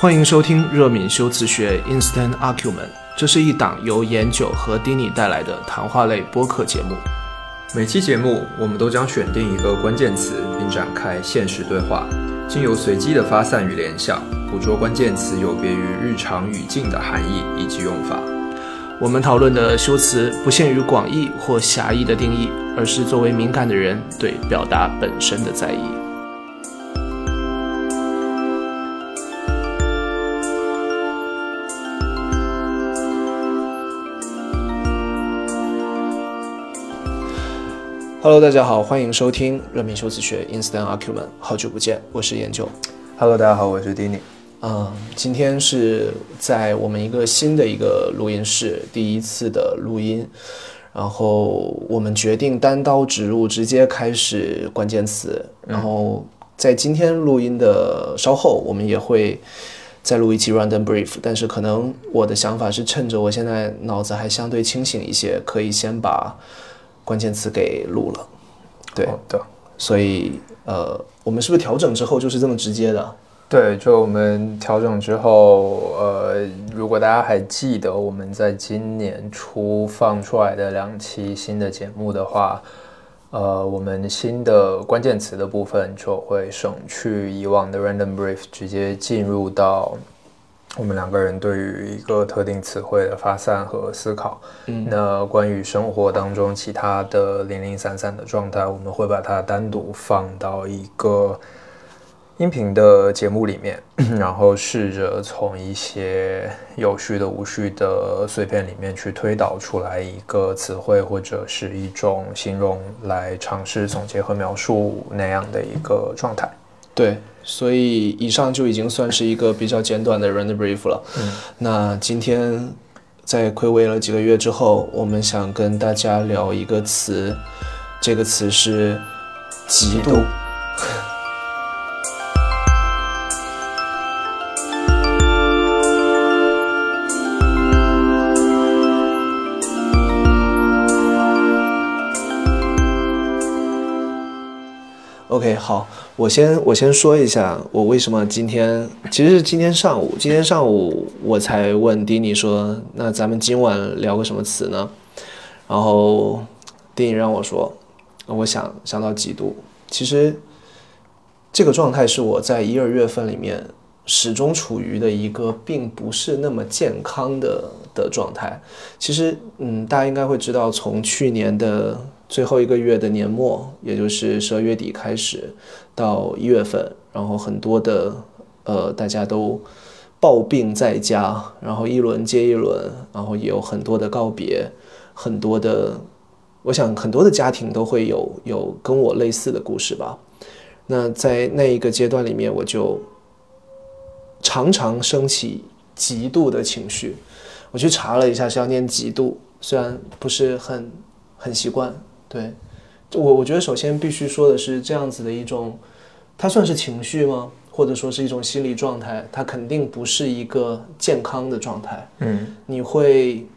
欢迎收听热敏修辞学 Instant Argument， 这是一档由研九和丁尼带来的谈话类播客节目。 每期节目我们都将选定一个关键词，并展开现实对话，经由随机的发散与联想，捕捉关键词有别于日常语境的含义以及用法。 我们讨论的修辞不限于广义或狭义的定义，而是作为敏感的人对表达本身的在意。Hello， 大家好，欢迎收听热敏修辞学 Instant Argument， 好久不见，我是研究。 Hello， 大家好，我是 Dini。 今天是在我们一个新的一个录音室第一次的录音，然后我们决定单刀直入，直接开始关键词。然后在今天录音的稍后，我们也会再录一期 Random Brief， 但是可能我的想法是趁着我现在脑子还相对清醒一些，可以先把关键词给录了。对的，所以我们是不是调整之后就是这么直接的？ 对，就我们调整之后，如果大家还记得我们在今年初放出来的2期新的节目的话，我们新的关键词的部分就会省去以往的 random brief， 直接进入到我们2个人对于一个特定词汇的发散和思考。那关于生活当中其他的零零散散的状态，我们会把它单独放到一个音频的节目里面，然后试着从一些有序的无序的碎片里面去推导出来一个词汇或者是一种形容，来尝试总结和描述那样的一个状态。 对，所以以上就已经算是一个比较简短的 random brief 了。那今天在睽违了几个月之后，我们想跟大家聊一个词，这个词是嫉妒。OK， 好，我先说一下我为什么今天上午我才问丁尼说，那咱们今晚聊个什么词呢？然后丁尼让我说，我想到嫉妒。其实这个状态是我在1、2月份里面始终处于的一个并不是那么健康的状态。其实大家应该会知道，从去年的最后1个月的年末，也就是12月底开始到1月份，然后很多的大家都抱病在家，然后一轮接一轮，然后也有很多的告别，我想很多的家庭都会有跟我类似的故事吧。那在那一个阶段里面，我就常常升起嫉妒的情绪。我去查了一下是要念嫉妒，虽然不是很习惯。对，我觉得首先必须说的是，这样子的一种，它算是情绪吗？或者说是一种心理状态，它肯定不是一个健康的状态。你会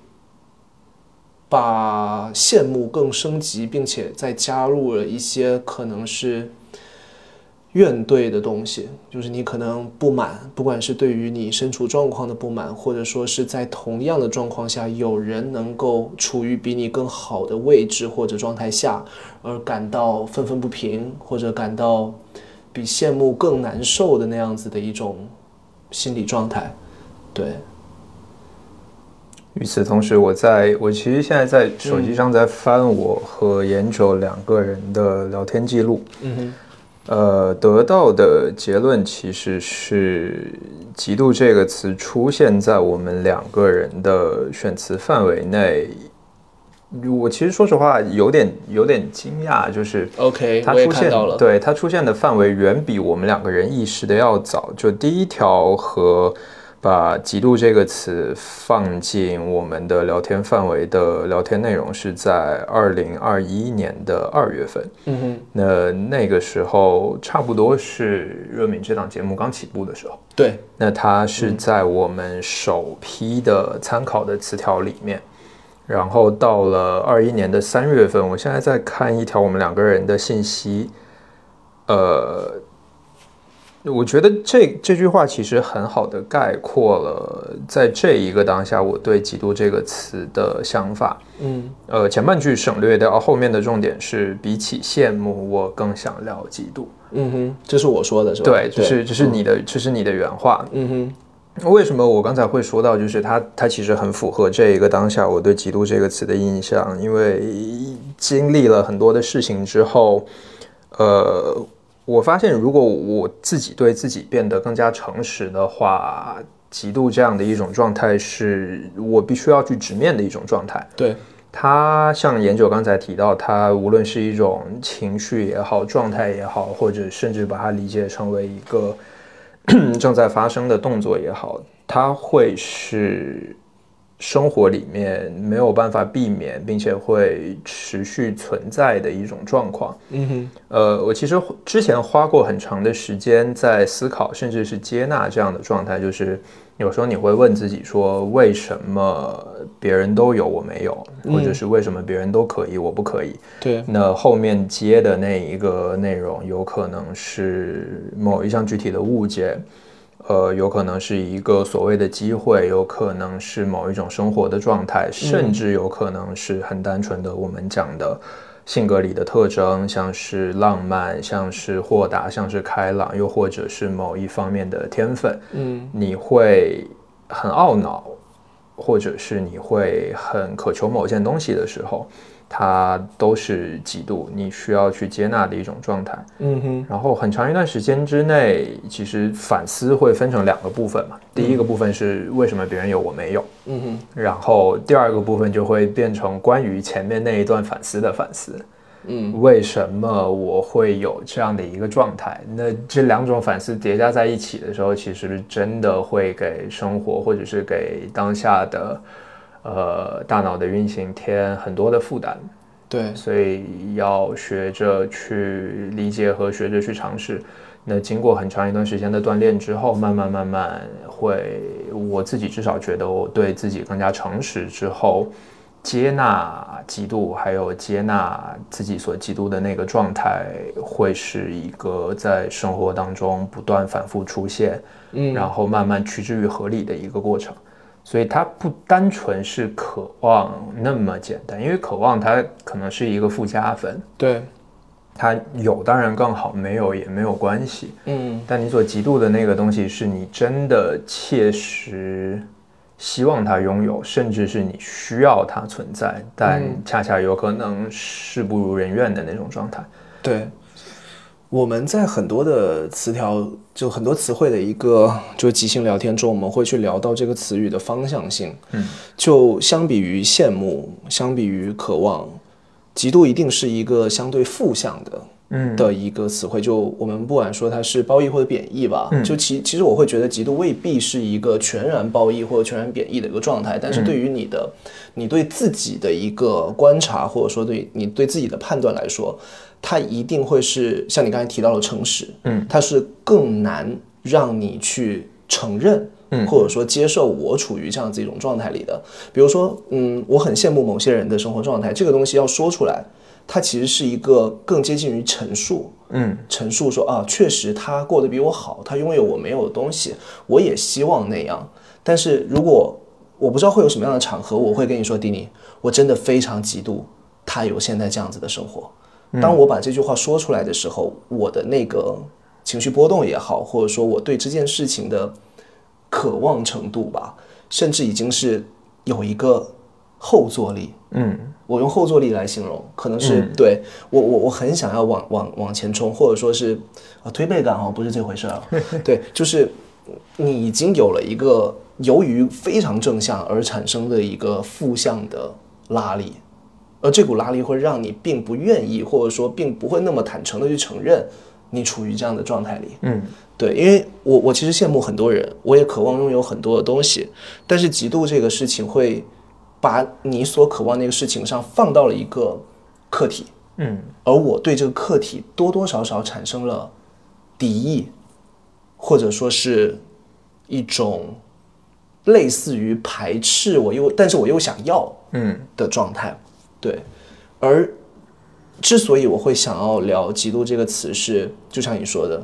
把羡慕更升级，并且再加入了一些可能是怨怼的东西，就是你可能不满，不管是对于你身处状况的不满，或者说是在同样的状况下有人能够处于比你更好的位置或者状态下，而感到愤愤不平，或者感到比羡慕更难受的那样子的一种心理状态。对。 与此同时，我其实现在在手机上在翻我和研九2个人的聊天记录。得到的结论其实是嫉妒这个词出现在我们2个人的选词范围内。我其实说实话有点惊讶，就是 OK， 它出现，对，它出现的范围远比我们2个人意识的要早。就第一条和把嫉妒这个词放进我们的聊天范围的聊天内容是在2021年的2月份。那个时候差不多是热敏这档节目刚起步的时候。 对， 那它是在我们首批的参考的词条里面。然后到了21年的3月份，我现在在看一条我们2个人的信息， 我觉得这句话其实很好的概括了在这一个当下我对嫉妒这个词的想法。前半句省略掉，后面的重点是比起羡慕，我更想聊嫉妒。 这是我说的是吧？ 对，这是你的原话。为什么我刚才会说到，就是它其实很符合这一个当下我对嫉妒这个词的印象，因为经历了很多的事情之后，我发现如果我自己对自己变得更加诚实的话，嫉妒这样的一种状态是我必须要去直面的一种状态。 对， 它像研究刚才提到，它无论是一种情绪也好，状态也好，或者甚至把它理解成为一个正在发生的动作也好，它会是生活里面没有办法避免并且会持续存在的一种状况。我其实之前花过很长的时间在思考甚至是接纳这样的状态，就是有时候你会问自己说，为什么别人都有我没有，或者是为什么别人都可以我不可以。 对， 那后面接的那一个内容有可能是某一项具体的物件，有可能是一个所谓的机会，有可能是某一种生活的状态，甚至有可能是很单纯的我们讲的性格里的特征，像是浪漫，像是豁达，像是开朗，又或者是某一方面的天分。你会很懊恼，或者是你会很渴求某件东西的时候，它都是嫉妒，你需要去接纳的一种状态。然后很长一段时间之内，其实反思会分成2个部分嘛。第一个部分是为什么别人有我没有，然后第2个部分就会变成关于前面那一段反思的反思。为什么我会有这样的一个状态？那这2种反思叠加在一起的时候，其实真的会给生活或者是给当下的大脑的运行添很多的负担。 对， 所以要学着去理解和学着去尝试。那经过很长一段时间的锻炼之后，慢慢会，我自己至少觉得我对自己更加诚实之后，接纳嫉妒，还有接纳自己所嫉妒的那个状态，会是一个在生活当中不断反复出现，然后慢慢趋之于合理的一个过程。所以它不单纯是渴望那么简单，因为渴望它可能是一个附加分。 对， 它有当然更好，没有也没有关系。但你所嫉妒的那个东西，是你真的切实希望它拥有，甚至是你需要它存在，但恰恰有可能事不如人愿的那种状态。 对。我们在很多的词条，就很多词汇的一个就即兴聊天中，我们会去聊到这个词语的方向性。就相比于羡慕，相比于渴望，嫉妒一定是一个相对负向的一个词汇。就我们不管说它是褒义或者贬义吧，就其实我会觉得嫉妒未必是一个全然褒义或者全然贬义的一个状态，但是对于你对自己的一个观察，或者说你对自己的判断来说，它一定会是像你刚才提到的诚实，它是更难让你去承认，或者说接受我处于这样子一种状态里的。比如说，我很羡慕某些人的生活状态，这个东西要说出来，它其实是一个更接近于陈述，陈述说啊，确实他过得比我好，他拥有我没有的东西，我也希望那样。但是如果我不知道会有什么样的场合，我会跟你说，迪尼，我真的非常嫉妒他有现在这样子的生活。当我把这句话说出来的时候，我的那个情绪波动也好，或者说我对这件事情的渴望程度吧，甚至已经是有一个后坐力。我用后坐力来形容，可能是对我很想要往前冲，或者说是推背感不是这回事啊。对，就是你已经有了一个由于非常正向而产生的一个负向的拉力。而这股拉力会让你并不愿意，或者说并不会那么坦诚的去承认你处于这样的状态里。对，因为我其实羡慕很多人，我也渴望拥有很多的东西，但是嫉妒这个事情会把你所渴望那个事情上放到了一个客体，而我对这个客体多多少少产生了敌意，或者说是一种类似于排斥但是我又想要的状态。对，而之所以我会想要聊嫉妒这个词是，就像你说的，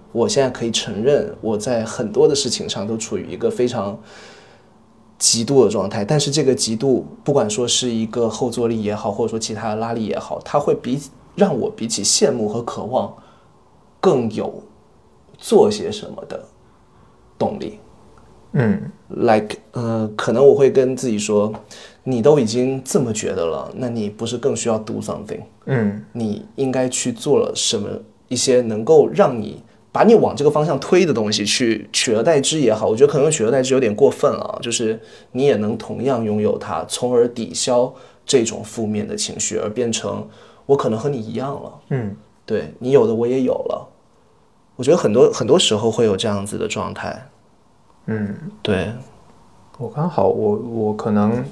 我现在可以承认我在很多的事情上都处于一个非常极度的状态，但是这个极度不管说是一个后坐力也好，或者说其他的拉力也好，它会让我比起羡慕和渴望更有做些什么的动力。可能我会跟自己说，你都已经这么觉得了，那你不是更需要 do something？你应该去做了什么一些能够让你把你往这个方向推的东西，去取而代之也好。我觉得可能取而代之有点过分了，就是你也能同样拥有它，从而抵消这种负面的情绪，而变成我可能和你一样了。对，你有的我也有了。我觉得很多时候会有这样子的状态。对。 我刚好我可能，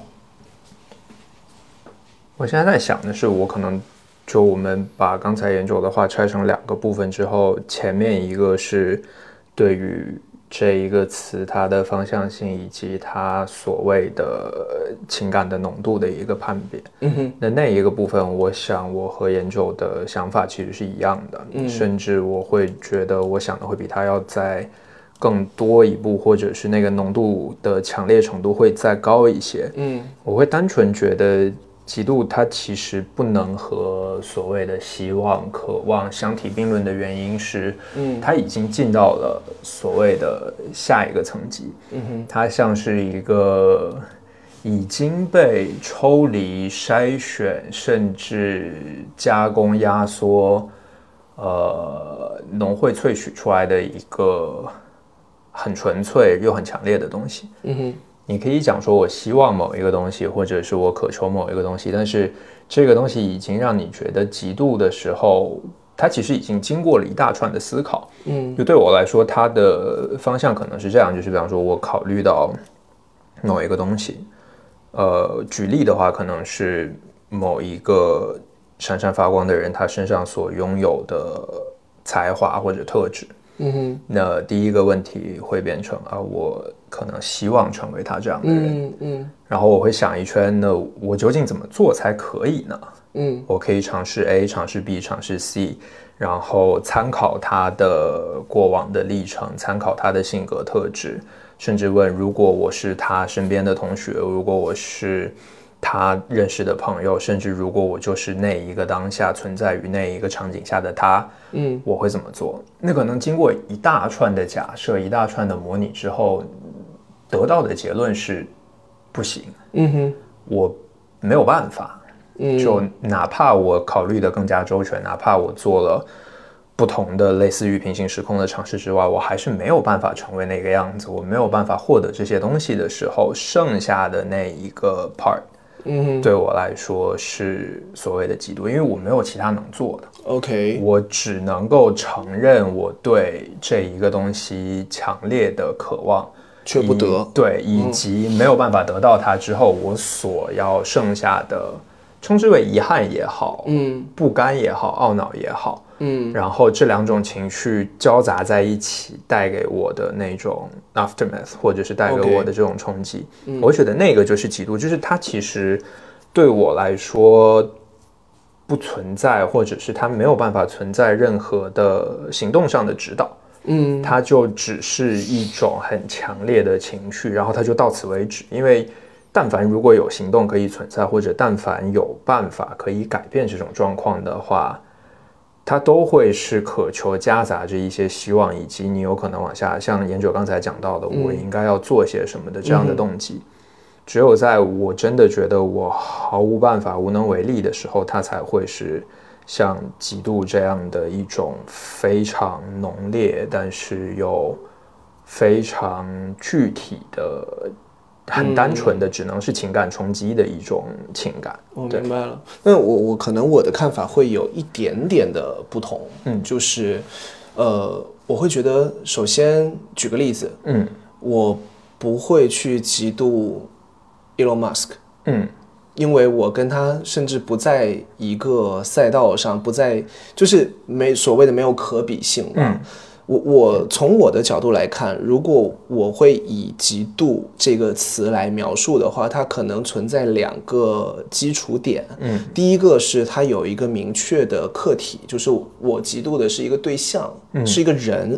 我现在在想的是，我可能就我们把刚才研究的话拆成2个部分之后，前面一个是对于这一个词它的方向性以及它所谓的情感的浓度的一个判别。那一个部分，我想我和研究的想法其实是一样的，甚至我会觉得我想的会比他要再更多一步，或者是那个浓度的强烈程度会再高一些。我会单纯觉得极度它其实不能和所谓的希望、渴望相提并论的原因是，它已经进到了所谓的下一个层级。它像是一个已经被抽离、筛选，甚至加工、压缩，农会萃取出来的一个很纯粹又很强烈的东西。你可以讲说我希望某一个东西，或者是我渴求某一个东西，但是这个东西已经让你觉得极度的时候，它其实已经经过了一大串的思考。就对我来说，它的方向可能是这样，就是比方说我考虑到某一个东西，举例的话，可能是某一个闪闪发光的人，他身上所拥有的才华或者特质。那第一个问题会变成我可能希望成为他这样的人。然后我会想一圈，那我究竟怎么做才可以呢？我可以尝试 A， 尝试 B， 尝试 C， 然后参考他的过往的历程，参考他的性格特质，甚至问，如果我是他身边的同学，如果我是他认识的朋友，甚至如果我就是那一个当下存在于那一个场景下的他，我会怎么做？那可能经过一大串的假设，一大串的模拟之后，得到的结论是不行。我没有办法。就哪怕我考虑的更加周全，哪怕我做了不同的类似于平行时空的尝试之外，我还是没有办法成为那个样子，我没有办法获得这些东西的时候，剩下的那一个 part，对我来说是所谓的嫉妒，因为我没有其他能做的。 OK， 我只能够承认我对这一个东西强烈的渴望， 却不得。 对，以及没有办法得到它之后，我所要剩下的，称之为遗憾也好，不甘也好，懊恼也好，然后这2种情绪交杂在一起，带给我的那种 aftermath， 或者是带给我的这种冲击，我觉得那个就是嫉妒，就是它其实对我来说不存在，或者是它没有办法存在任何的行动上的指导，它就只是一种很强烈的情绪，然后它就到此为止。因为但凡如果有行动可以存在，或者但凡有办法可以改变这种状况的话，它都会是渴求夹杂着一些希望，以及你有可能往下，像研究刚才讲到的，我应该要做些什么的这样的动机。只有在我真的觉得我毫无办法、无能为力的时候，它才会是像嫉妒这样的一种非常浓烈，但是又非常具体的、很单纯的，只能是情感冲击的一种情感。 我明白了。那我可能我的看法会有一点点的不同，就是我会觉得，首先举个例子，我不会去嫉妒 Elon Musk，因为我跟他甚至不在一个赛道上，不在就是所谓的没有可比性吧。我从我的角度来看，如果我会以嫉妒这个词来描述的话，它可能存在2个基础点。第一个是它有一个明确的客体，就是我嫉妒的是一个对象，是一个人。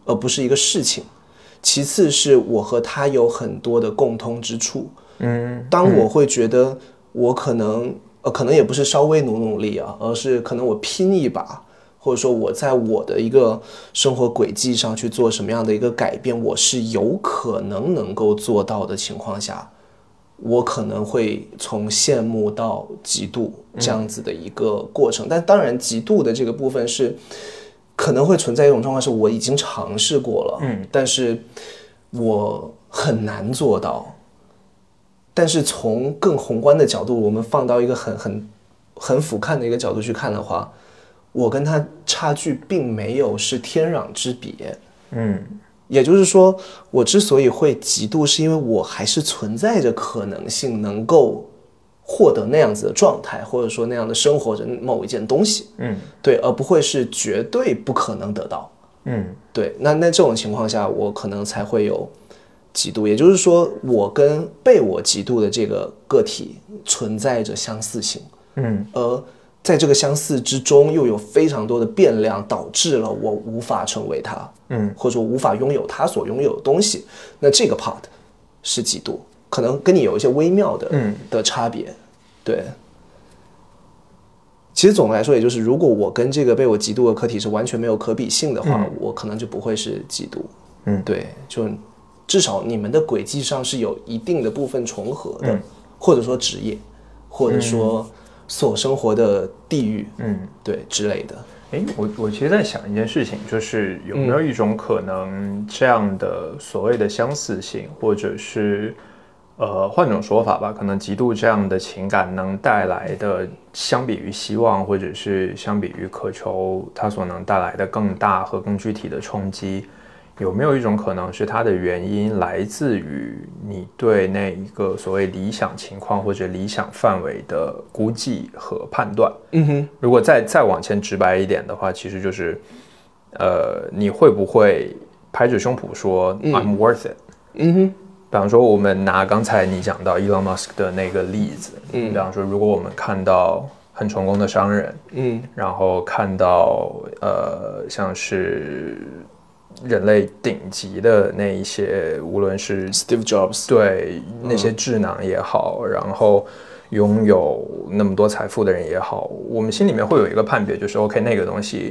而不是一个事情。其次是我和他有很多的共通之处。当我会觉得我可能也不是稍微努力啊，而是可能我拼一把，或者说我在我的一个生活轨迹上去做什么样的一个改变，我是有可能够做到的情况下，我可能会从羡慕到嫉妒这样子的一个过程。但当然嫉妒的这个部分是可能会存在一种状况，是我已经尝试过了，但是我很难做到。但是从更宏观的角度，我们放到一个很俯瞰的一个角度去看的话，我跟他差距并没有是天壤之别。也就是说，我之所以会嫉妒，是因为我还是存在着可能性能够获得那样子的状态，或者说那样的生活着某一件东西。对，而不会是绝对不可能得到。对，那这种情况下，我可能才会有嫉妒。也就是说，我跟被我嫉妒的这个个体存在着相似性。而在这个相似之中，又有非常多的变量，导致了我无法成为他，或者说无法拥有他所拥有的东西。那这个 part 是嫉妒，可能跟你有一些微妙的差别。对，其实总的来说，也就是如果我跟这个被我嫉妒的客体是完全没有可比性的话，我可能就不会是嫉妒。对，就至少你们的轨迹上是有一定的部分重合的，或者说职业，或者说所生活的地域，对之类的。 我其实在想一件事情，就是有没有一种可能，这样的所谓的相似性，或者是换种说法吧，可能嫉妒这样的情感能带来的，相比于希望，或者是相比于渴求，它所能带来的更大和更具体的冲击，有没有一种可能是它的原因来自于你对那一个所谓理想情况或者理想范围的估计和判断？如果再往前直白一点的话，其实就是你会不会拍着胸脯说 I'm worth it？比方说我们拿刚才你讲到 Elon Musk 的那个例子，比方说如果我们看到很成功的商人，然后看到像是人类顶级的那一些，无论是 Steve Jobs 对那些智囊也好，然后拥有那么多财富的人也好，我们心里面会有一个判别，就是 OK 那个东西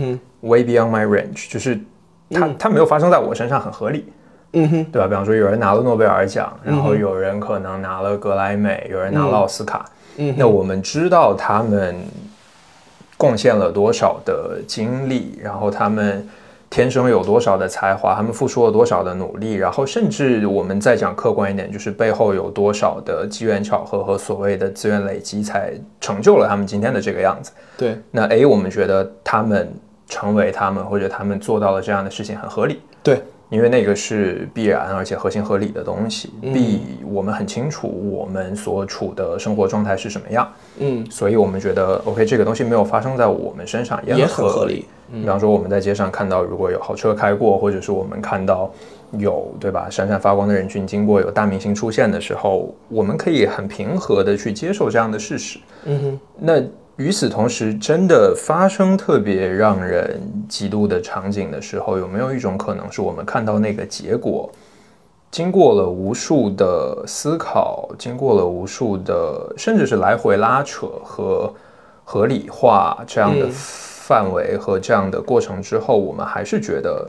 way beyond my range， 就是它没有发生在我身上很合理。对吧？比方说有人拿了诺贝尔奖，然后有人可能拿了格莱美，有人拿了奥斯卡，那我们知道他们贡献了多少的精力，然后他们天生有多少的才华，他们付出了多少的努力，然后甚至我们再讲客观一点，就是背后有多少的机缘巧合和所谓的资源累积才成就了他们今天的这个样子。 对， 那我们觉得他们成为他们，或者他们做到了这样的事情很合理。 对， 因为那个是必然而且合情合理的东西。我们很清楚我们所处的生活状态是什么样，所以我们觉得 OK 这个东西没有发生在我们身上也很合理。比方说我们在街上看到如果有好车开过，或者是我们看到有对吧闪闪发光的人群经过，有大明星出现的时候，我们可以很平和的去接受这样的事实。那与此同时，真的发生特别让人嫉妒的场景的时候，有没有一种可能是我们看到那个结果，经过了无数的思考，经过了无数的甚至是来回拉扯和合理化这样的范围和这样的过程之后，我们还是觉得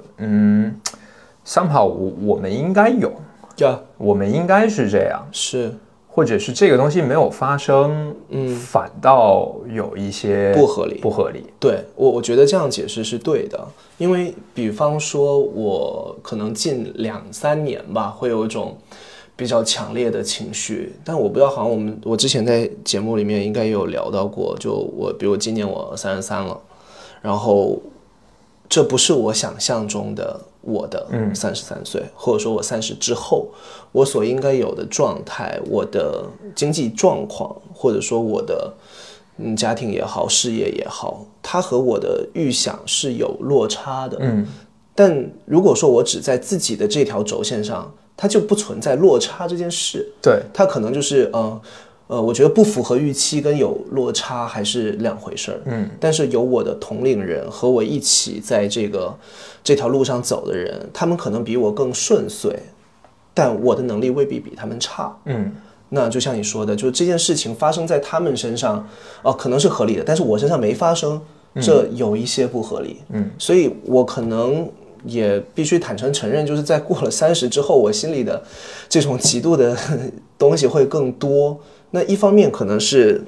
somehow我们应该有，我们应该是这样， 是， 或者是这个东西没有发生，反倒有一些不合理。 对，我觉得这样解释是对的，因为比方说我可能近2-3年吧，会有一种比较强烈的情绪，但我不知道，好像我之前在节目里面应该有聊到过，就比如今年我33了，然后这不是我想象中的我的33岁，或者说我30之后我所应该有的状态，我的经济状况，或者说我的家庭也好，事业也好，它和我的预想是有落差的。但如果说我只在自己的这条轴线上，它就不存在落差这件事。 对， 它可能就是我觉得不符合预期跟有落差还是两回事儿。但是有我的同龄人和我一起在这条路上走的人，他们可能比我更顺遂，但我的能力未必比他们差。那就像你说的，就这件事情发生在他们身上，可能是合理的，但是我身上没发生，这有一些不合理。所以我可能也必须坦诚承认，就是在过了30之后，我心里的这种极度的东西会更多。那一方面可能是，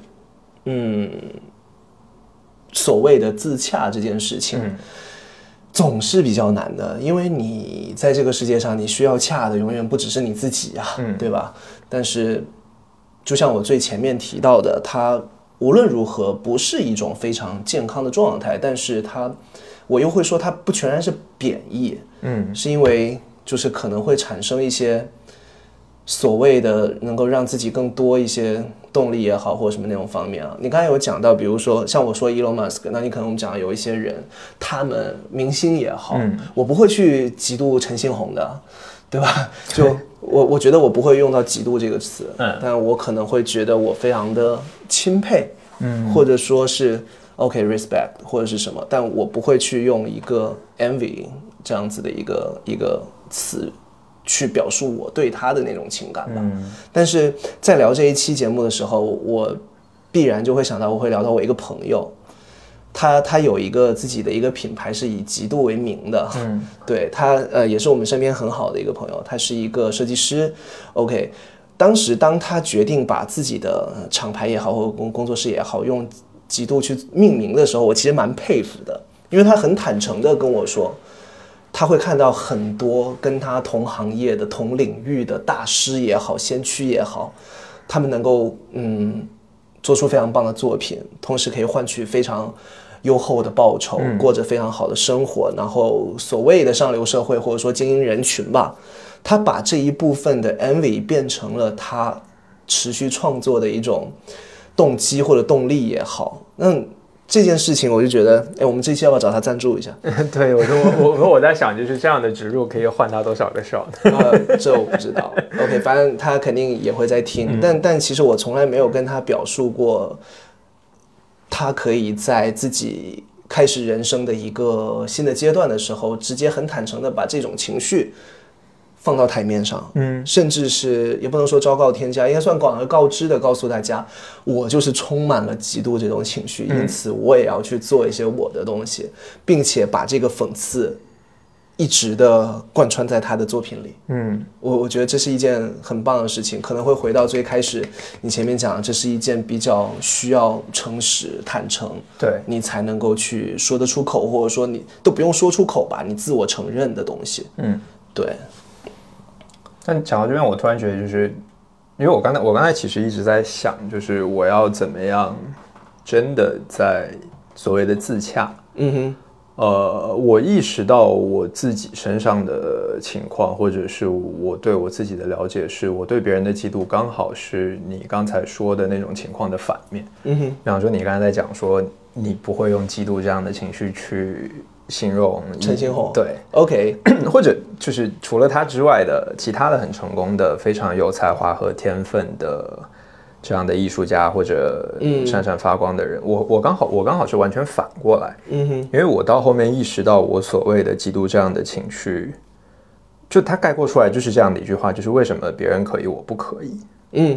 所谓的自洽这件事情，总是比较难的，因为你在这个世界上，你需要洽的永远不只是你自己啊，对吧？但是，就像我最前面提到的，它无论如何不是一种非常健康的状态，但是我又会说它不全然是贬义，是因为就是可能会产生一些所谓的能够让自己更多一些动力也好，或者什么那种方面啊。你刚才有讲到，比如说像我说 Elon Musk， 那你可能我们讲有一些人，他们明星也好，我不会去嫉妒陈星红的，对吧？就我觉得我不会用到嫉妒这个词，但我可能会觉得我非常的钦佩，或者说是 respect 或者是什么，但我不会去用一个 envy 这样子的一个词去表述我对他的那种情感吧。但是在聊这一期节目的时候，我必然就会想到，我会聊到我一个朋友，他有一个自己的一个品牌是以极度为名的，对，他也是我们身边很好的一个朋友，他是一个设计师。OK， 当时当他决定把自己的厂牌也好，或工作室也好，用极度去命名的时候，我其实蛮佩服的，因为他很坦诚的跟我说，他会看到很多跟他同行业的同领域的大师也好，先驱也好，他们能够做出非常棒的作品，同时可以换取非常优厚的报酬，过着非常好的生活，然后所谓的上流社会或者说精英人群吧，他把这一部分的 envy 变成了他持续创作的一种动机或者动力也好。那这件事情我就觉得，我们这期要不要找他赞助一下？ 对，我在想，就是这样的植入可以换他多少个手？ 这我不知道。OK， 反正他肯定也会在听，但其实我从来没有跟他表述过，他可以在自己开始人生的一个新的阶段的时候，直接很坦诚的把这种情绪放到台面上，甚至是也不能说昭告天下，应该算广而告之的告诉大家，我就是充满了嫉妒这种情绪，因此我也要去做一些我的东西，并且把这个讽刺一直的贯穿在他的作品里。我觉得这是一件很棒的事情，可能会回到最开始你前面讲，这是一件比较需要诚实坦诚，对，你才能够去说得出口，或者说你都不用说出口吧，你自我承认的东西。对。 但讲到这边，我突然觉得，就是因为我刚才其实一直在想，就是我要怎么样真的在所谓的自洽。我意识到我自己身上的情况，或者是我对我自己的了解，是我对别人的嫉妒刚好是你刚才说的那种情况的反面。比方说你刚才在讲说你不会用嫉妒这样的情绪去形容陈星红， 对 ，OK， 或者就是除了他之外的其他的很成功的、非常有才华和天分的这样的艺术家或者闪闪发光的人，我刚好是完全反过来，因为我到后面意识到我所谓的嫉妒这样的情绪，就它概括出来就是这样的一句话，就是为什么别人可以我不可以？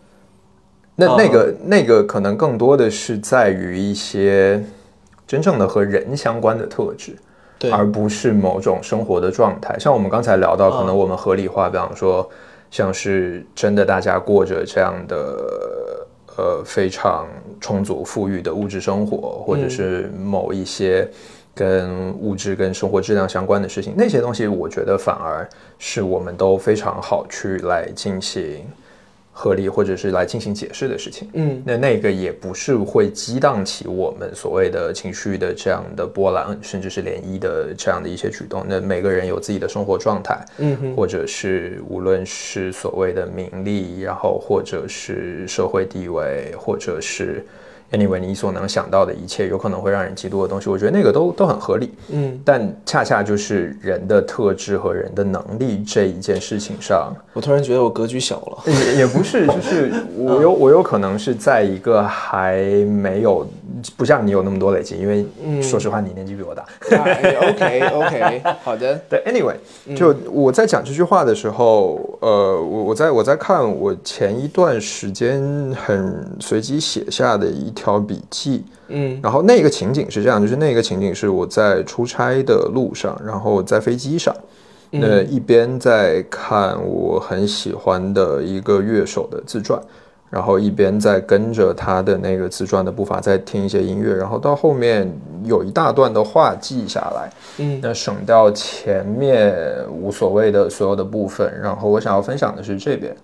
那个可能更多的是在于一些真正的和人相关的特质，而不是某种生活的状态。像我们刚才聊到，可能我们合理化，比方说像是真的大家过着这样的非常充足富裕的物质生活，或者是某一些跟物质跟生活质量相关的事情，那些东西我觉得反而是我们都非常好去来进行合理或者是来进行解释的事情。那个也不是会激荡起我们所谓的情绪的这样的波澜，甚至是涟漪的这样的一些举动。那每个人有自己的生活状态，或者是无论是所谓的名利，然后或者是社会地位，或者是 anyway 你所能想到的一切有可能会让人嫉妒的东西，我觉得那个都很合理。但恰恰就是人的特质和人的能力这一件事情上， 我突然觉得我格局小了。 也不是，就是我有可能是在一个还没有不像你有那么多累积，因为说实话你年纪比我大。 OK， 好的。 对 ，anyway， 就我在讲这句话的时候，我在看我前一段时间很随机写下的一条笔记，然后那个情景是这样，就是那个情景是我在出差的路上，然后在飞机上，一边在看我很喜欢的一个乐手的自传，然后一边在跟着他的那个自传的步伐在听一些音乐，然后到后面有一大段的话记下来，那省掉前面无所谓的所有的部分，然后我想要分享的是这边，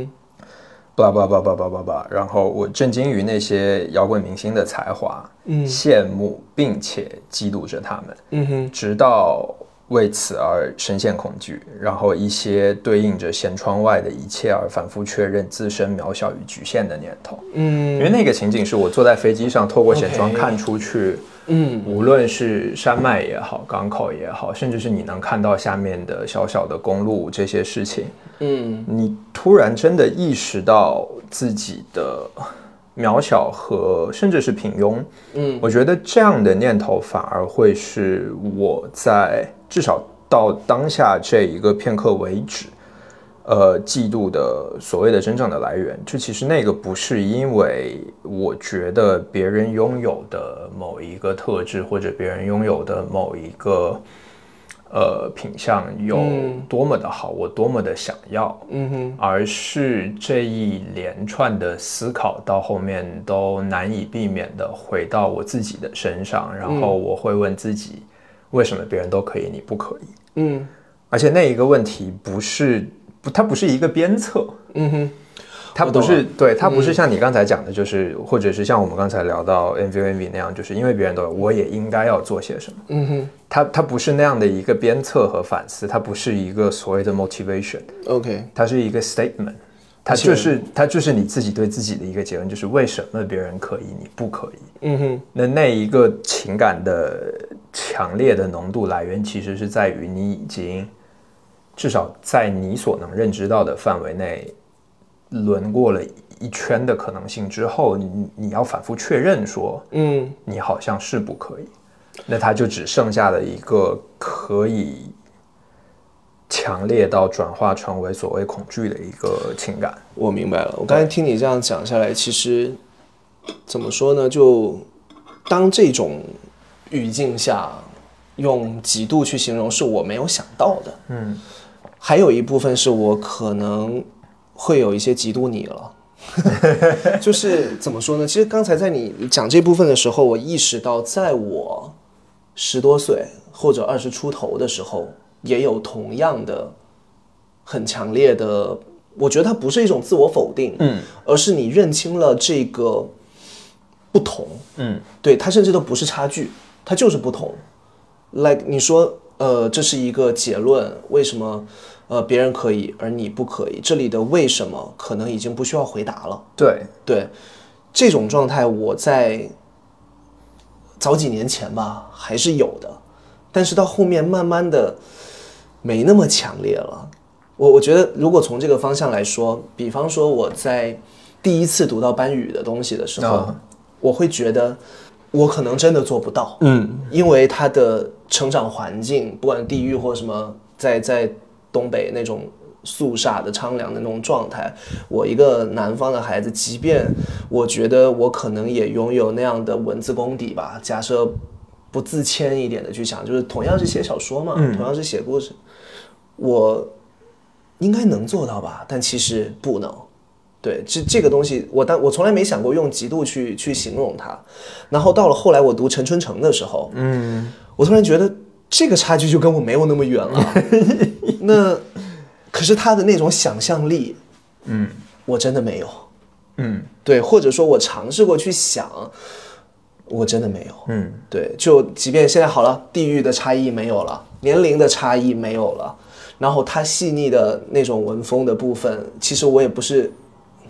然后我震惊于那些摇滚明星的才华，羡慕并且嫉妒着他们，直到为此而深陷恐惧，然后一些对应着舷窗外的一切而反复确认自身渺小与局限的念头。因为那个情景是我坐在飞机上，透过舷窗看出去，无论是山脉也好，港口也好，甚至是你能看到下面的小小的公路这些事情，你突然真的意识到自己的渺小和甚至是平庸，我觉得这样的念头反而会是我在至少到当下这一个片刻为止，嫉妒的所谓的真正的来源。就其实那个不是因为我觉得别人拥有的某一个特质，或者别人拥有的某一个品相有多么的好，我多么的想要，而是这一连串的思考到后面都难以避免的回到我自己的身上，然后我会问自己，为什么别人都可以，你不可以？而且那一个问题它不是一个鞭策，它不是对，它不是像你刚才讲的，就是或者是像我们刚才聊到 envy 那样，就是因为别人都有，我也应该要做些什么。它不是那样的一个鞭策和反思，它不是一个所谓的 motivation。OK， 它是一个 statement， 它就是你自己对自己的一个结论，就是为什么别人可以，你不可以。那一个情感的强烈的浓度来源，其实是在于你已经至少在你所能认知到的范围内轮过了一圈的可能性之后，你要反复确认说，你好像是不可以，那它就只剩下了一个可以强烈到转化成为所谓恐惧的一个情感。 我明白了，我刚才听你这样讲下来，其实怎么说呢？就当这种语境下，用嫉妒去形容是我没有想到的。还有一部分是我可能会有一些嫉妒你了。就是怎么说呢？其实刚才在你讲这部分的时候，我意识到，在我10多岁或者20出头的时候，也有同样的很强烈的，我觉得它不是一种自我否定，而是你认清了这个不同，对，它甚至都不是差距，它就是不同。like 你说，这是一个结论，为什么别人可以而你不可以？这里的为什么可能已经不需要回答了。对，这种状态我在早几年前吧还是有的，但是到后面慢慢的没那么强烈了。我觉得如果从这个方向来说，比方说我在第一次读到班语的东西的时候，我会觉得我可能真的做不到，因为他的成长环境，不管地域或什么，在东北那种肃杀的苍凉的那种状态，我一个南方的孩子，即便我觉得我可能也拥有那样的文字功底吧，假设不自谦一点的去想，就是同样是写小说嘛，同样是写故事，我应该能做到吧，但其实不能。对，这个东西我从来没想过用嫉妒去形容它。然后到了后来我读陈春成的时候，我突然觉得这个差距就跟我没有那么远了。那可是他的那种想象力，我真的没有。对，或者说我尝试过去想，我真的没有。对，就即便现在好了，地域的差异没有了，年龄的差异没有了，然后他细腻的那种文风的部分，其实我也不是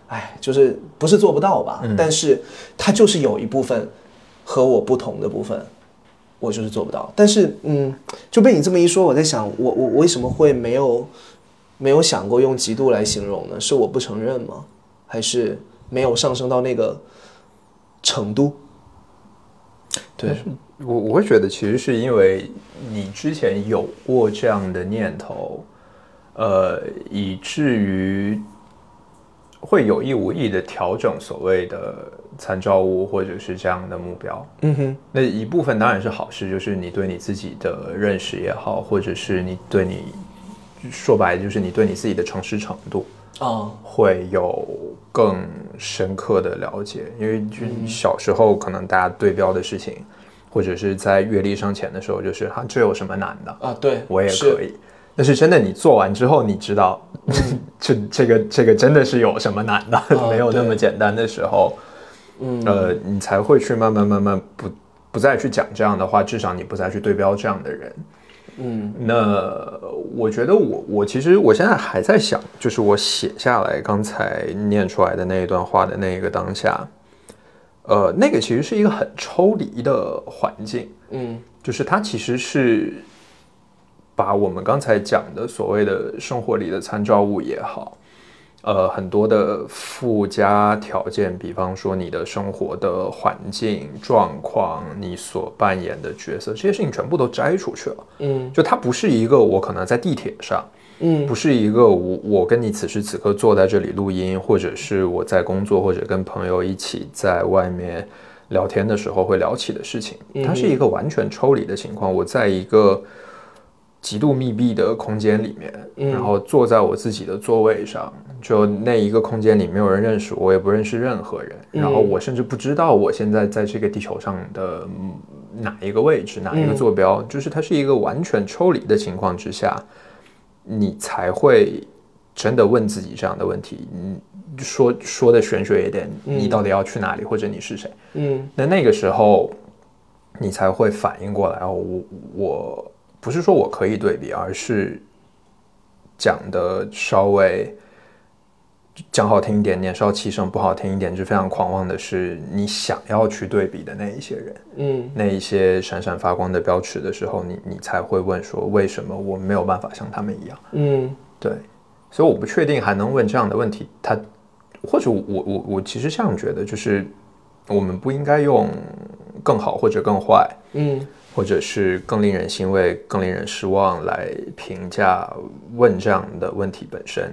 就是不是做不到吧，但是它就是有一部分和我不同的部分，我就是做不到。但是就被你这么一说，我在想，我为什么会没有想过用嫉妒来形容呢？是我不承认吗？还是没有上升到那个程度？对， 我会觉得其实是因为你之前有过这样的念头，以至于会有意无意的调整所谓的参照物或者是这样的目标。那一部分当然是好事，就是你对你自己的认识也好，或者是你对你说白了就是你对你自己的诚实程度会有更深刻的了解。因为小时候可能大家对标的事情，或者是在阅历上前的时候，就是这有什么难的啊？对， 我也可以。但是真的你做完之后，你知道这个真的是有什么难的，没有那么简单的时候，你才会去慢慢不再去讲这样的话，至少你不再去对标这样的人。那我觉得我其实我现在还在想，就是我写下来刚才念出来的那一段话的那个当下，那个其实是一个很抽离的环境，就是它其实是把我们刚才讲的所谓的生活里的参照物也好，很多的附加条件，比方说你的生活的环境状况，你所扮演的角色，这些事情全部都摘出去了。就它不是一个我可能在地铁上，不是一个我跟你此时此刻坐在这里录音，或者是我在工作或者跟朋友一起在外面聊天的时候会聊起的事情。它是一个完全抽离的情况，我在一个极度密闭的空间里面，然后坐在我自己的座位上，就那一个空间里没有人认识我，也不认识任何人，然后我甚至不知道我现在在这个地球上的哪一个位置，哪一个坐标，就是它是一个完全抽离的情况之下，你才会真的问自己这样的问题。说的玄学一点，你到底要去哪里，或者你是谁？那个时候你才会反应过来，我不是说我可以对比，而是讲的稍微讲好听一点，年少气盛；不好听一点，就非常狂妄的是你想要去对比的那一些人，那一些闪闪发光的标尺的时候，你才会问说，为什么我没有办法像他们一样？对，所以我不确定还能问这样的问题，或者我其实这样觉得，就是我们不应该用更好或者更坏，或者是更令人欣慰、更令人失望来评价问这样的问题本身。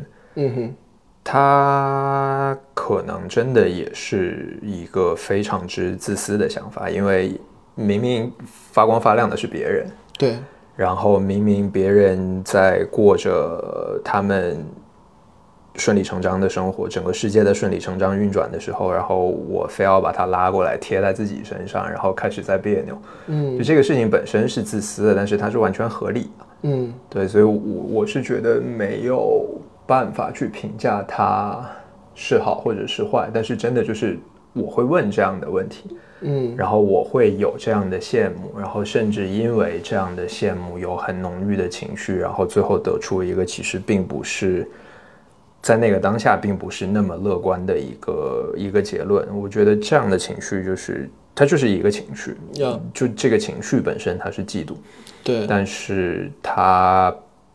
它可能真的也是一个非常之自私的想法，因为明明发光发亮的是别人， 对， 然后明明别人在过着他们顺理成章的生活，整个世界的顺理成章运转的时候，然后我非要把它拉过来贴在自己身上，然后开始在别扭。就这个事情本身是自私的，但是它是完全合理的。对，所以我是觉得没有办法去评价它是好或者是坏，但是真的就是我会问这样的问题，然后我会有这样的羡慕，然后甚至因为这样的羡慕有很浓郁的情绪，然后最后得出一个其实并不是在那个当下并不是那么乐观的一个结论。我觉得这样的情绪就是它就是一个情绪，就这个情绪本身它是嫉妒， 对， 但是它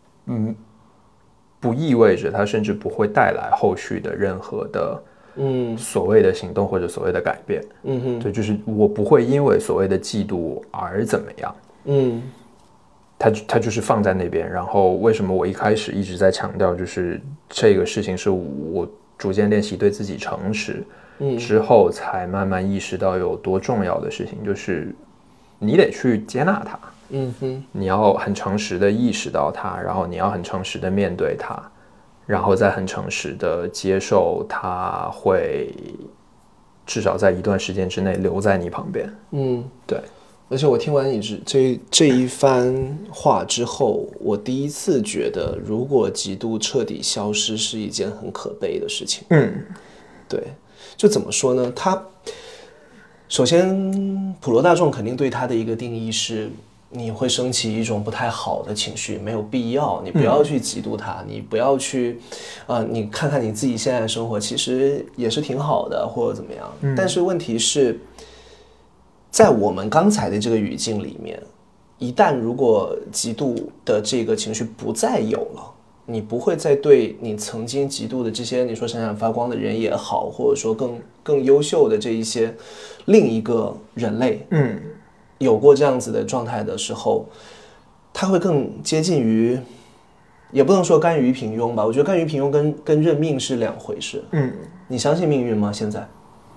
不意味着它甚至不会带来后续的任何的所谓的行动或者所谓的改变。对，就是我不会因为所谓的嫉妒而怎么样。它就是放在那边。然后为什么我一开始一直在强调，就是这个事情是我逐渐练习对自己诚实之后，才慢慢意识到有多重要的事情，就是你得去接纳它。你要很诚实的意识到它，然后你要很诚实的面对它，然后再很诚实的接受它会至少在一段时间之内留在你旁边。对。 而且我听完你这一番话之后，我第一次觉得，如果嫉妒彻底消失是一件很可悲的事情。对，就怎么说呢？它首先普罗大众肯定对它的一个定义是你会升起一种不太好的情绪，没有必要，你不要去嫉妒它，你不要去，你看看你自己现在的生活，其实也是挺好的，或者怎么样。但是问题是，在我们刚才的这个语境里面，一旦如果嫉妒的这个情绪不再有了，你不会再对你曾经嫉妒的这些你说闪闪发光的人也好，或者说更优秀的这一些另一个人类，有过这样子的状态的时候，他会更接近于，也不能说甘于平庸吧，我觉得甘于平庸跟认命是两回事。你相信命运吗？现在？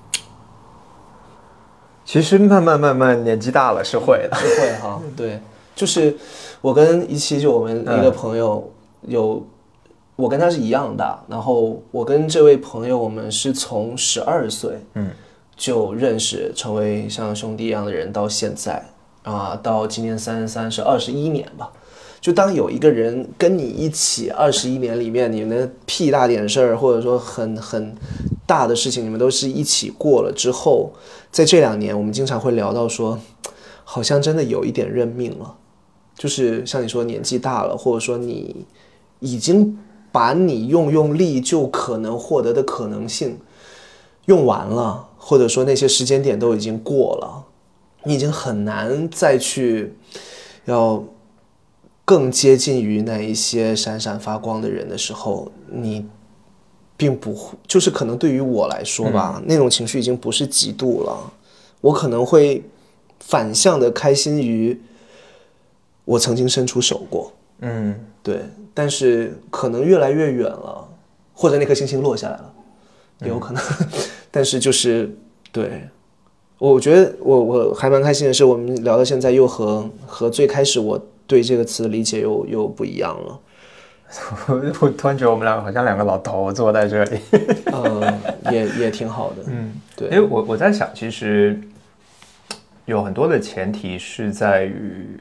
其实慢慢年纪大了是会的， 是会哈。对，就是我跟17就我们一个朋友我跟他是一样大，然后我跟这位朋友我们是从12岁就认识，成为像兄弟一样的人，到现在到今年33是21年吧。就当有一个人跟你一起21年里面，你们的屁大点事儿，或者说很大的事情，你们都是一起过了之后，在这2年，我们经常会聊到说，好像真的有一点认命了，就是像你说年纪大了，或者说你已经把你用力就可能获得的可能性用完了，或者说那些时间点都已经过了，你已经很难再去要更接近于那一些闪闪发光的人的时候，你并不就是可能对于我来说吧，那种情绪已经不是嫉妒了，我可能会反向的开心于我曾经伸出手过，对，但是可能越来越远了，或者那颗星星落下来了，也有可能，但是就是对。我觉得我还蛮开心的是，我们聊到现在又和最开始我对这个词的理解又不一样了。 我突然觉得我们两个好像两个老头坐在这里， 也挺好的。对。 因为我在想，其实有很多的前提是在于，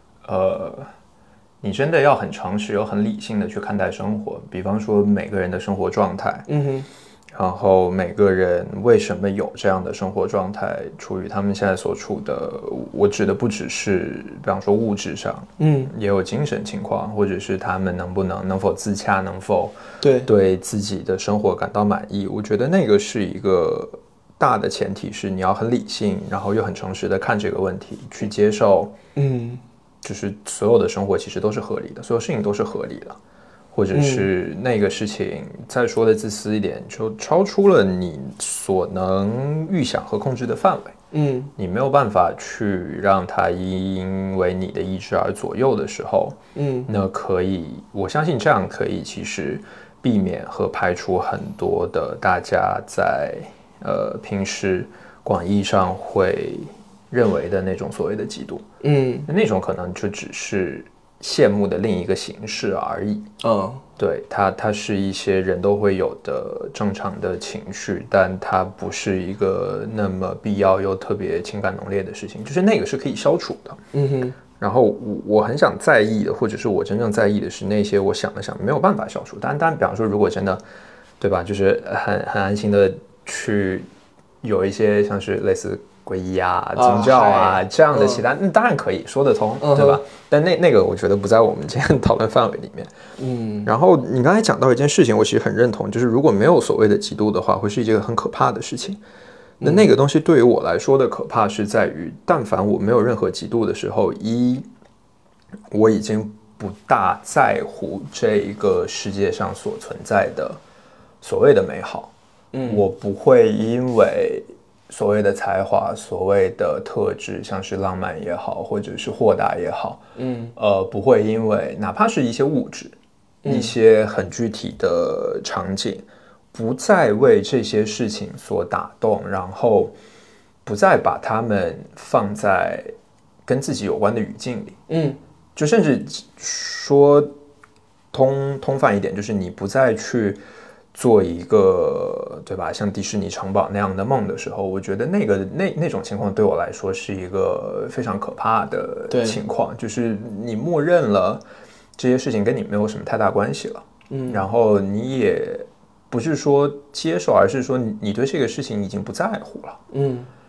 你真的要很诚实又很理性的去看待生活。比方说每个人的生活状态，然后每个人为什么有这样的生活状态，处于他们现在所处的，我指的不只是比方说物质上，也有精神情况，或者是他们能否自洽，能否对自己的生活感到满意。我觉得那个是一个大的前提，是你要很理性，然后又很诚实的看这个问题，去接受，就是所有的生活其实都是合理的，所有事情都是合理的。或者是那个事情，再说的自私一点，就超出了你所能预想和控制的范围。你没有办法去让它因为你的意志而左右的时候，那可以，我相信这样可以其实避免和排除很多的大家在平时广义上会认为的那种所谓的嫉妒。那种可能就只是羡慕的另一个形式而已。对，它是一些人都会有的正常的情绪，但它不是一个那么必要又特别情感浓烈的事情，就是那个是可以消除的。然后我很想在意的，或者是我真正在意的是那些我想了想没有办法消除。当然，比方说如果真的，对吧，就是很安心的去有一些像是类似皈依啊、宗教啊这样的其他，当然可以说得通，对吧？但那个我觉得不在我们今天讨论范围里面。然后你刚才讲到一件事情，我其实很认同，就是如果没有所谓的嫉妒的话，会是一件很可怕的事情。那个东西对于我来说的可怕是在于，但凡我没有任何嫉妒的时候，我已经不大在乎这一个世界上所存在的所谓的美好。我不会因为所谓的才华，所谓的特质，像是浪漫也好，或者是豁达也好，不会因为哪怕是一些物质，一些很具体的场景，不再为这些事情所打动，然后不再把它们放在跟自己有关的语境里。就甚至说通泛一点，就是你不再去做一个，对吧，像迪士尼城堡那样的梦的时候，我觉得那种情况对我来说是一个非常可怕的情况，就是你默认了这些事情跟你没有什么太大关系了。然后你也不是说接受，而是说你对这个事情已经不在乎了。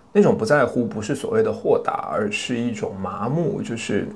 那种不在乎不是所谓的豁达，而是一种麻木，就是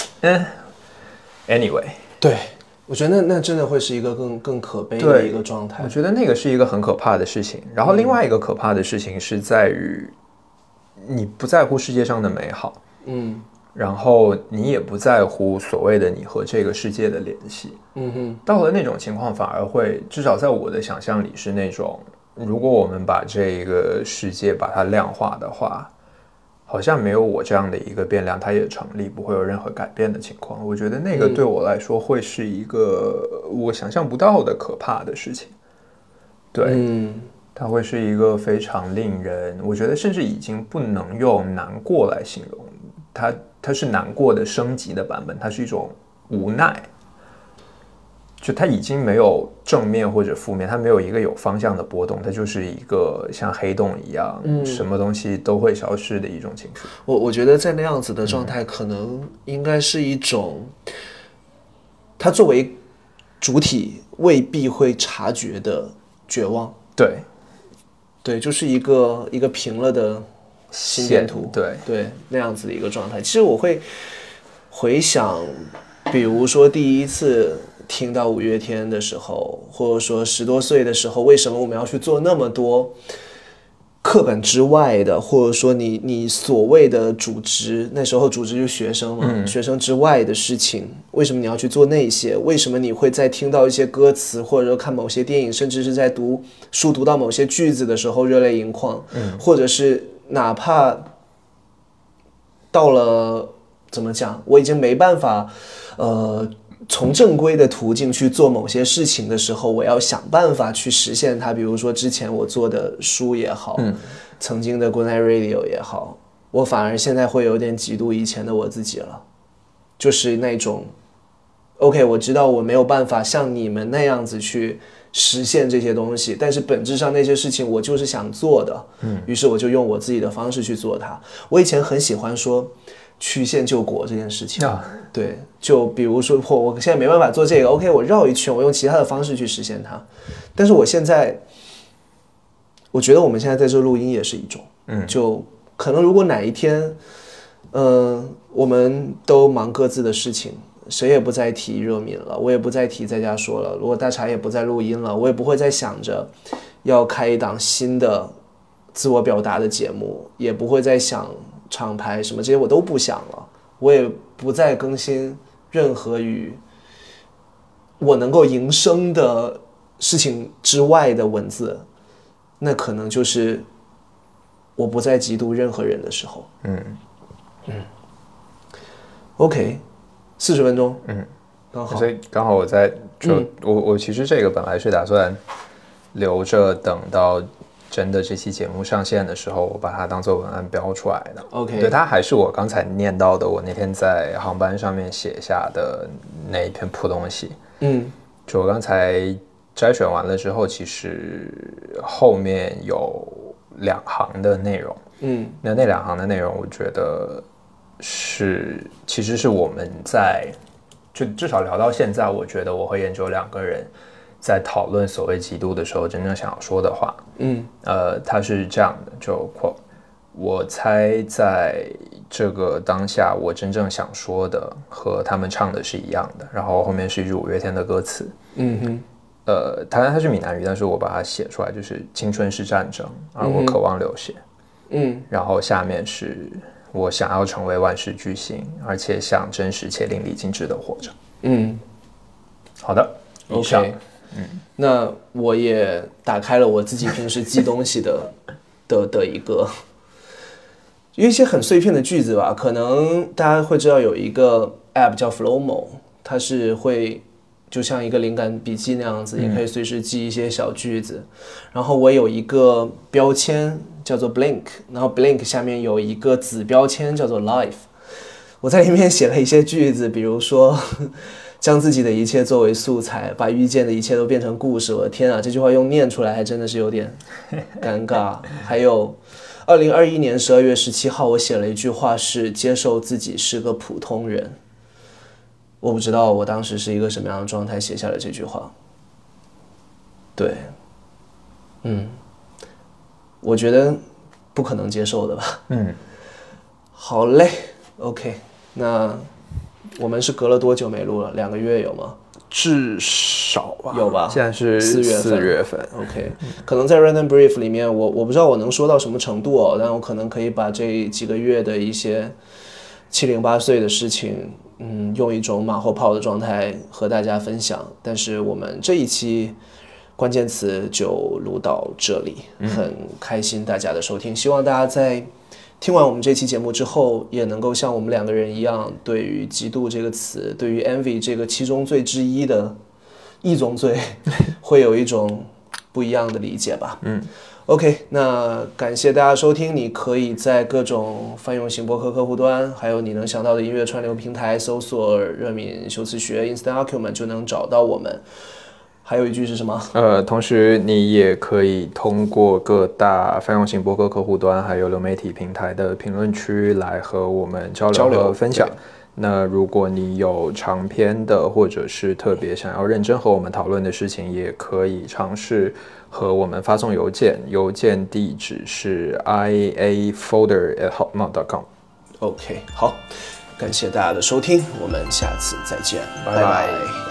anyway， 对，我觉得那真的会是一个更可悲的一个状态。 我觉得那个是一个很可怕的事情。然后另外一个可怕的事情是在于，你不在乎世界上的美好，然后你也不在乎所谓的你和这个世界的联系，到了那种情况反而会，至少在我的想象里是那种，如果我们把这个世界把它量化的话，好像没有我这样的一个变量，它也成立，不会有任何改变的情况。我觉得那个对我来说会是一个我想象不到的可怕的事情。对，它会是一个非常令人，我觉得甚至已经不能用难过来形容，它是难过的升级的版本，它是一种无奈。就它已经没有正面或者负面，它没有一个有方向的波动，它就是一个像黑洞一样，什么东西都会消失的一种情绪。 我觉得在那样子的状态，可能应该是一种，它作为主体未必会察觉的绝望。对，就是一个平了的心电图。对，那样子的一个状态。其实我会回想，比如说第一次听到五月天的时候，或者说10多岁的时候，为什么我们要去做那么多课本之外的，或者说你所谓的主职，那时候主职就是学生嘛，学生之外的事情，为什么你要去做那些？为什么你会在听到一些歌词，或者说看某些电影，甚至是在读书读到某些句子的时候热泪盈眶，或者是哪怕到了怎么讲，我已经没办法从正规的途径去做某些事情的时候，我要想办法去实现它。比如说之前我做的书也好，曾经的 Good Night Radio 也好，我反而现在会有点嫉妒以前的我自己了，就是那种 OK， 我知道我没有办法像你们那样子去实现这些东西，但是本质上那些事情我就是想做的，于是我就用我自己的方式去做它。我以前很喜欢说曲线救国这件事情，对，就比如说我现在没办法做这个 OK， 我绕一圈，我用其他的方式去实现它。但是我现在我觉得我们现在在这录音也是一种，就可能如果哪一天我们都忙各自的事情，谁也不再提热敏了，我也不再提在家说了，如果大茶也不再录音了，我也不会再想着要开一档新的自我表达的节目，也不会再想厂牌什么这些我都不想了，我也不再更新任何与我能够营生的事情之外的文字，那可能就是我不再嫉妒任何人的时候。OK， 40分钟，刚好。 所以刚好我在我其实这个本来是打算留着等到真的这期节目上线的时候，我把它当做文案标出来的。 OK， 对，它还是我刚才念到的，我那天在航班上面写下的那一篇破东西。就我刚才摘选完了之后，其实后面有2行的内容。那2行的内容，我觉得其实是我们在就至少聊到现在，我觉得我和研究2个人在讨论所谓嫉妒的时候真正想要说的话。它是这样的，就 quote， 我猜在这个当下我真正想说的和他们唱的是一样的，然后后面是一句五月天的歌词。它是闽南语，但是我把它写出来，就是青春是战争，而我渴望流血。然后下面是我想要成为万世巨星，而且想真实且淋漓尽致的活着。好的，以上。 Okay，那我也打开了我自己平时记东西的一个，有一些很碎片的句子吧，可能大家会知道有一个 app 叫 Flowmo， 它是会就像一个灵感笔记那样子，也可以随时记一些小句子。然后我有一个标签叫做 Blink， 然后 Blink 下面有一个子标签叫做 Life， 我在里面写了一些句子，比如说将自己的一切作为素材，把遇见的一切都变成故事。我的天啊，这句话用念出来还真的是有点尴尬。还有2021年12月17号，我写了一句话是接受自己是个普通人。我不知道我当时是一个什么样的状态写下了这句话。对，我觉得不可能接受的吧？好嘞 ，OK， 那我们是隔了多久没录了？2个月有吗？ 至少吧， 有吧？ 现在是4月份 OK， 可能在 Random Brief 里面，我不知道我能说到什么程度哦，但我可能可以把这几个月的一些7、8岁的事情，用一种马后炮的状态和大家分享。但是我们这一期关键词就录到这里，很开心大家的收听，希望大家在听完我们这期节目之后，也能够像我们2个人一样，对于嫉妒这个词，对于 envy 这个七宗罪之一的异宗罪，会有一种不一样的理解吧。OK， 那感谢大家收听。你可以在各种泛用型播客客户端，还有你能想到的音乐串流平台搜索热敏修辞学 Instant Argument 就能找到我们。还有一句是什么？ 同时你也可以通过各大泛用型播客客户端，还有流媒体平台的评论区来和我们交流和分享。那如果你有长篇的，或者是特别想要认真和我们讨论的事情，也可以尝试和我们发送邮件，邮件地址是 iafolder@hotmail.com。 OK， 好，感谢大家的收听，我们下次再见，拜拜。